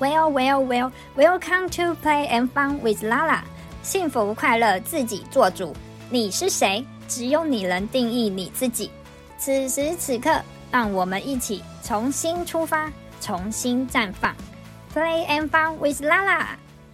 Welcome to Play and Fun with Lala。幸福快乐自己做主。你是谁？只有你能定义你自己。此时此刻，让我们一起重新出发，重新绽放。Play and Fun with Lala。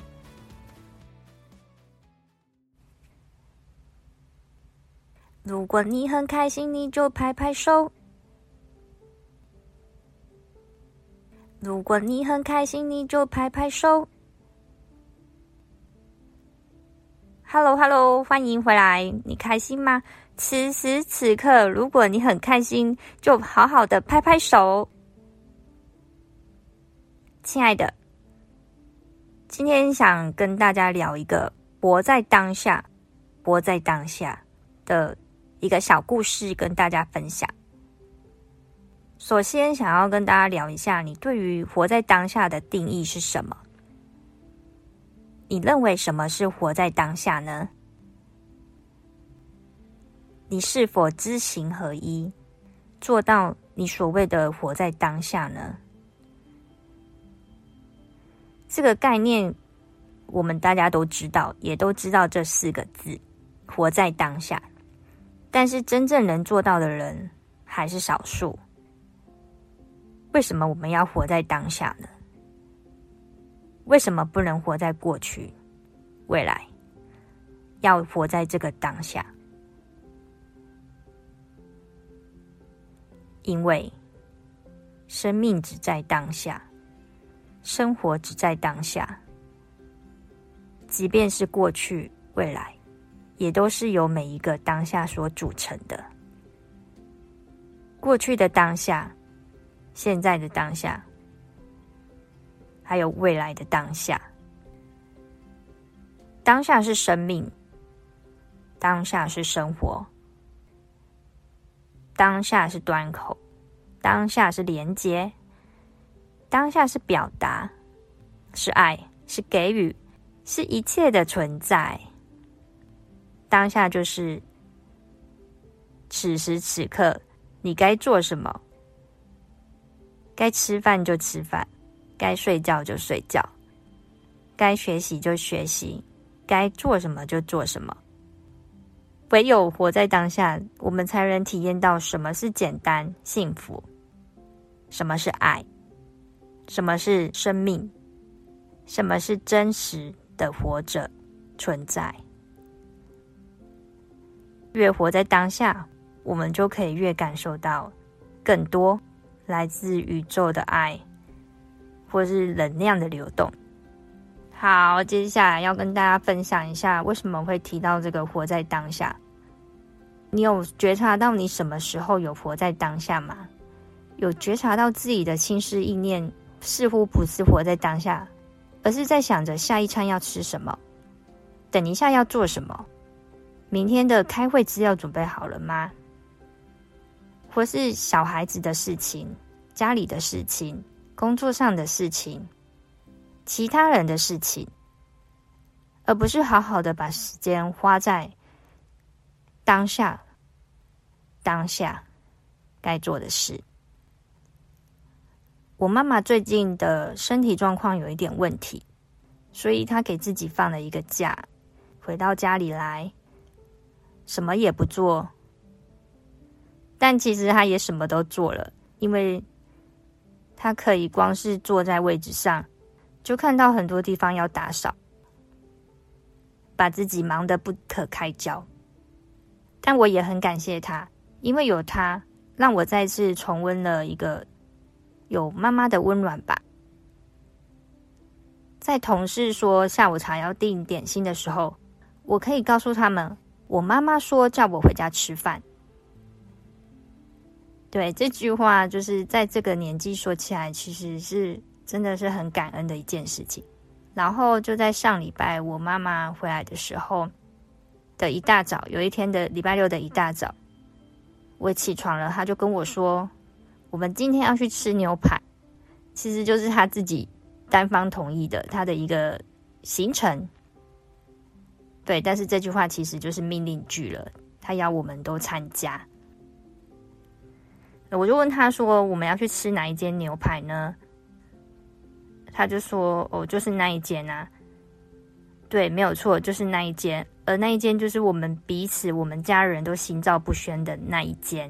如果你很开心，你就拍拍手。如果你很开心，你就拍拍手。Hello， 欢迎回来，你开心吗？此时此刻，如果你很开心，就好好的拍拍手。亲爱的，今天想跟大家聊一个活在当下的一个小故事，跟大家分享。首先想要跟大家聊一下，你对于活在当下的定义是什么？你认为什么是活在当下呢？你是否知行合一，做到你所谓的活在当下呢？这个概念我们大家都知道，也都知道这4个字，活在当下。但是真正能做到的人还是少数。为什么我们要活在当下呢？为什么不能活在过去、未来？要活在这个当下。因为生命只在当下，生活只在当下。即便是过去、未来，也都是由每一个当下所组成的。过去的当下，现在的当下，还有未来的当下。当下是生命，当下是生活，当下是端口，当下是连结，当下是表达，是爱，是给予，是一切的存在。当下就是此时此刻你该做什么，该吃饭就吃饭，该睡觉就睡觉，该学习就学习，该做什么就做什么。唯有活在当下，我们才能体验到什么是简单幸福，什么是爱，什么是生命，什么是真实的活着存在。越活在当下，我们就可以越感受到更多来自宇宙的爱，或是能量的流动。好，接下来要跟大家分享一下为什么会提到这个活在当下。你有觉察到你什么时候有活在当下吗？有觉察到自己的心思意念似乎不是活在当下，而是在想着下一餐要吃什么，等一下要做什么，明天的开会资料准备好了吗？或是小孩子的事情，家里的事情，工作上的事情，其他人的事情，而不是好好的把时间花在当下该做的事。我妈妈最近的身体状况有一点问题，所以她给自己放了一个假，回到家里来，什么也不做。但其实她也什么都做了，因为她可以光是坐在位置上，就看到很多地方要打扫，把自己忙得不可开交。但我也很感谢她，因为有她，让我再次重温了一个有妈妈的温暖吧。在同事说下午茶要订点心的时候，我可以告诉他们，我妈妈说叫我回家吃饭。对，这句话就是在这个年纪说起来，其实是真的是很感恩的一件事情。然后就在上礼拜我妈妈回来的时候的一大早，有一天的礼拜六的一大早，我起床了，她就跟我说我们今天要去吃牛排，其实就是她自己单方同意的，她的一个行程。对，但是这句话其实就是命令句了，她要我们都参加。我就问她说我们要去吃哪一间牛排呢？ 他就说就是那一间啊。对，没有错，就是那一间，而那一间就是我们彼此我们家人都心照不宣的那一间。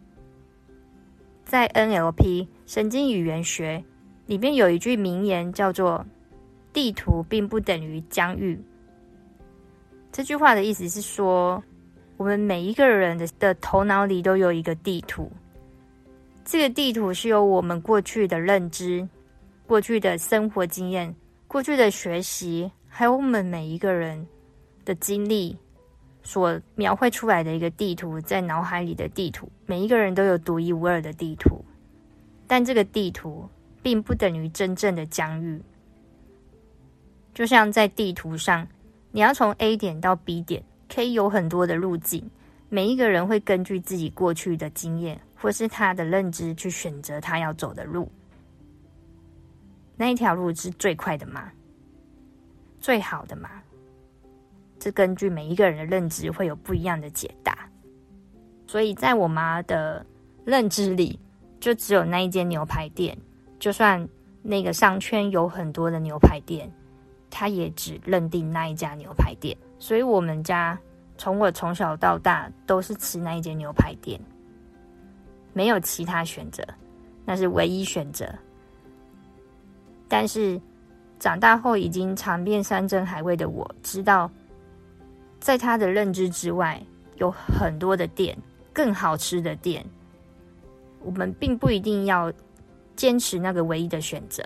在 NLP 神经语言学里面有一句名言叫做地图并不等于疆域。这句话的意思是说，我们每一个人的头脑里都有一个地图，这个地图是由我们过去的认知、过去的生活经验、过去的学习，还有我们每一个人的经历所描绘出来的一个地图，在脑海里的地图。每一个人都有独一无二的地图，但这个地图并不等于真正的疆域。就像在地图上，你要从 A 点到 B 点，可以有很多的路径，每一个人会根据自己过去的经验或是他的认知去选择他要走的路。那一条路是最快的吗？最好的吗？这根据每一个人的认知会有不一样的解答。所以在我妈的认知里，就只有那一间牛排店，就算那个商圈有很多的牛排店，她也只认定那一家牛排店。所以我们家我从小到大都是吃那一间牛排店，没有其他选择，那是唯一选择。但是长大后已经尝遍山珍海味的我，知道在他的认知之外，有很多的店，更好吃的店。我们并不一定要坚持那个唯一的选择。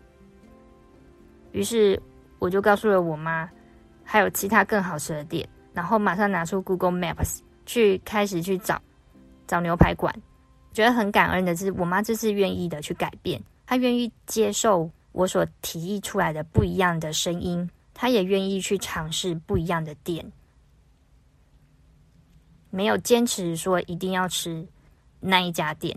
于是我就告诉了我妈，还有其他更好吃的店，然后马上拿出 Google Maps 开始去找牛排馆。觉得很感恩的是，我妈这次愿意的去改变，她愿意接受我所提议出来的不一样的声音，她也愿意去尝试不一样的店，没有坚持说一定要吃那一家店。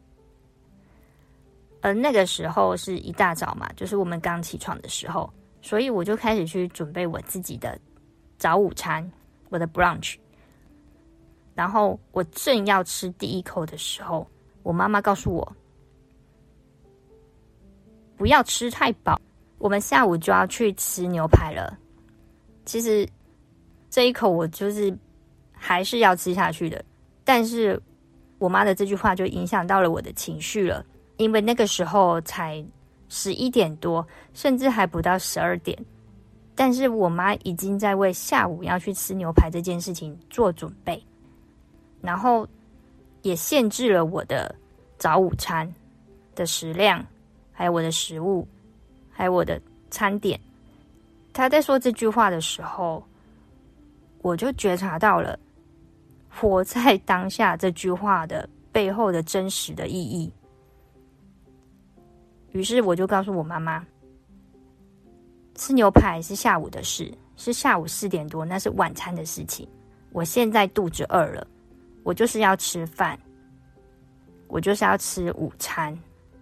而那个时候是一大早嘛，就是我们刚起床的时候，所以我就开始去准备我自己的早午餐，我的 brunch。然后我正要吃第一口的时候，我妈妈告诉我，不要吃太饱，我们下午就要去吃牛排了。其实这一口我就是还是要吃下去的，但是我妈的这句话就影响到了我的情绪了，因为那个时候才11点多，甚至还不到12点，但是我妈已经在为下午要去吃牛排这件事情做准备，然后也限制了我的早午餐的食量，还有我的食物，还有我的餐点。她在说这句话的时候，我就觉察到了活在当下这句话的背后的真实的意义。于是我就告诉我妈妈，吃牛排是下午的事，是下午4点多，那是晚餐的事情。我现在肚子饿了，我就是要吃饭，我就是要吃午餐，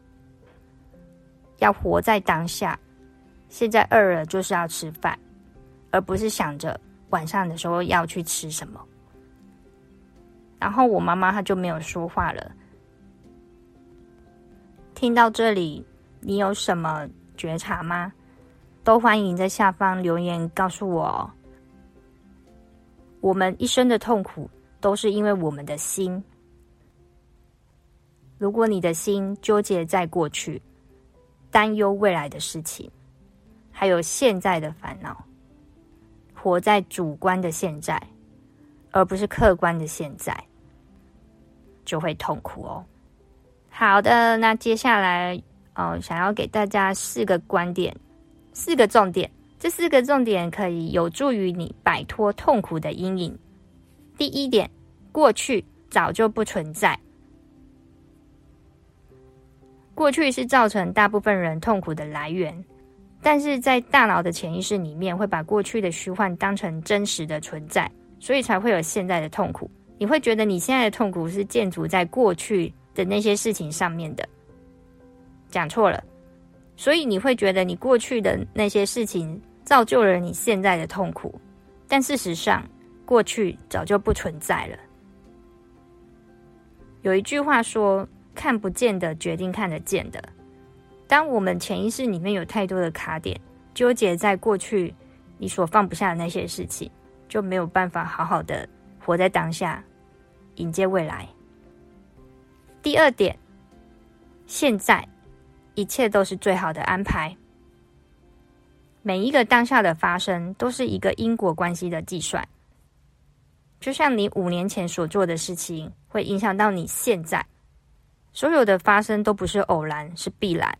要活在当下。现在饿了就是要吃饭，而不是想着晚上的时候要去吃什么。然后我妈妈她就没有说话了。听到这里，你有什么觉察吗？都欢迎在下方留言告诉我哦。我们一生的痛苦都是因为我们的心。如果你的心纠结在过去，担忧未来的事情，还有现在的烦恼，活在主观的现在，而不是客观的现在，就会痛苦哦。好的，那接下来想要给大家4个观点，4个重点。这4个重点可以有助于你摆脱痛苦的阴影。第一点，过去早就不存在。过去是造成大部分人痛苦的来源，但是在大脑的潜意识里面会把过去的虚幻当成真实的存在，所以才会有现在的痛苦。你会觉得你现在的痛苦是建筑在过去的那些事情上面的，讲错了。所以你会觉得你过去的那些事情造就了你现在的痛苦，但事实上过去早就不存在了。有一句话说，看不见的决定看得见的。 当我们潜意识里面有太多的卡点，纠结在过去你所放不下的那些事情，就没有办法好好的活在当下，迎接未来。第二点，现在一切都是最好的安排。每一个当下的发生都是一个因果关系的计算，就像你5年前所做的事情会影响到你现在，所有的发生都不是偶然，是必然。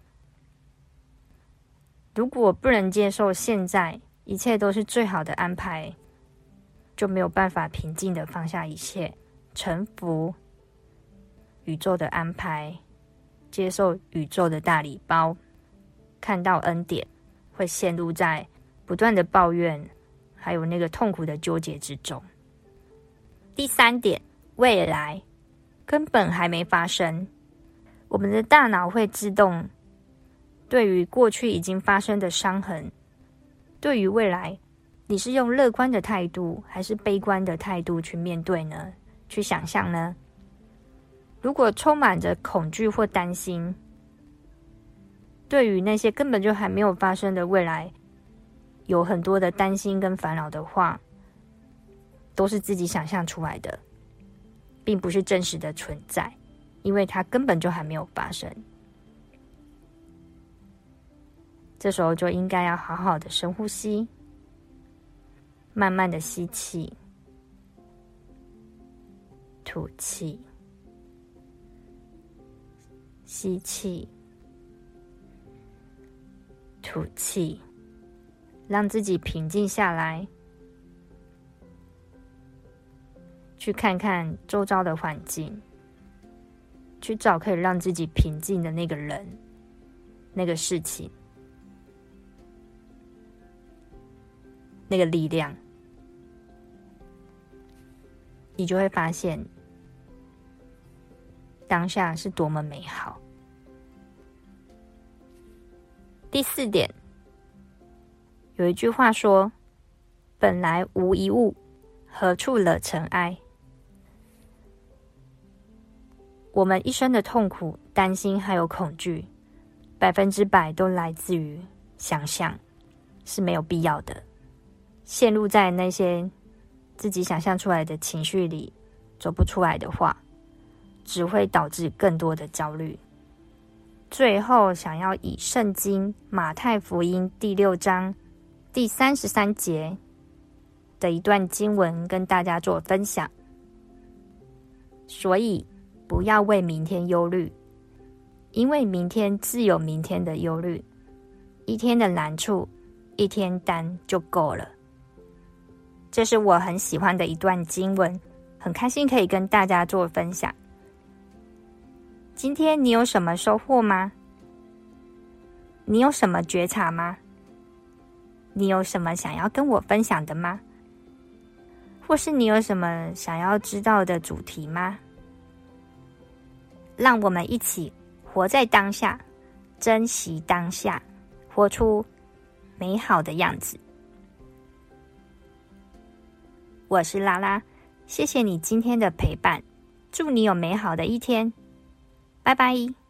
如果不能接受现在一切都是最好的安排，就没有办法平静的放下一切，臣服宇宙的安排，接受宇宙的大礼包，看到恩典，会陷入在不断的抱怨还有那个痛苦的纠结之中。第三点，未来根本还没发生，我们的大脑会自动对于过去已经发生的伤痕，对于未来，你是用乐观的态度还是悲观的态度去面对呢？去想象呢？如果充满着恐惧或担心，对于那些根本就还没有发生的未来，有很多的担心跟烦恼的话，都是自己想象出来的，并不是真实的存在，因为它根本就还没有发生。这时候就应该要好好的深呼吸，慢慢的吸气，吐气，吸气，吐气，让自己平静下来，去看看周遭的环境，去找可以让自己平静的那个人，那个事情，那个力量，你就会发现当下是多么美好。第四点，有一句话说，本来无一物，何处惹尘埃。我们一生的痛苦、担心还有恐惧，100%都来自于想象，是没有必要的。陷入在那些自己想象出来的情绪里，走不出来的话，只会导致更多的焦虑。最后想要以圣经马太福音第6章第33节的一段经文跟大家做分享。所以不要为明天忧虑，因为明天自有明天的忧虑，一天的难处一天担就够了。这是我很喜欢的一段经文，很开心可以跟大家做分享。今天你有什么收获吗？你有什么觉察吗？你有什么想要跟我分享的吗？或是你有什么想要知道的主题吗？让我们一起活在当下，珍惜当下，活出美好的样子。我是拉拉，谢谢你今天的陪伴，祝你有美好的一天，拜拜。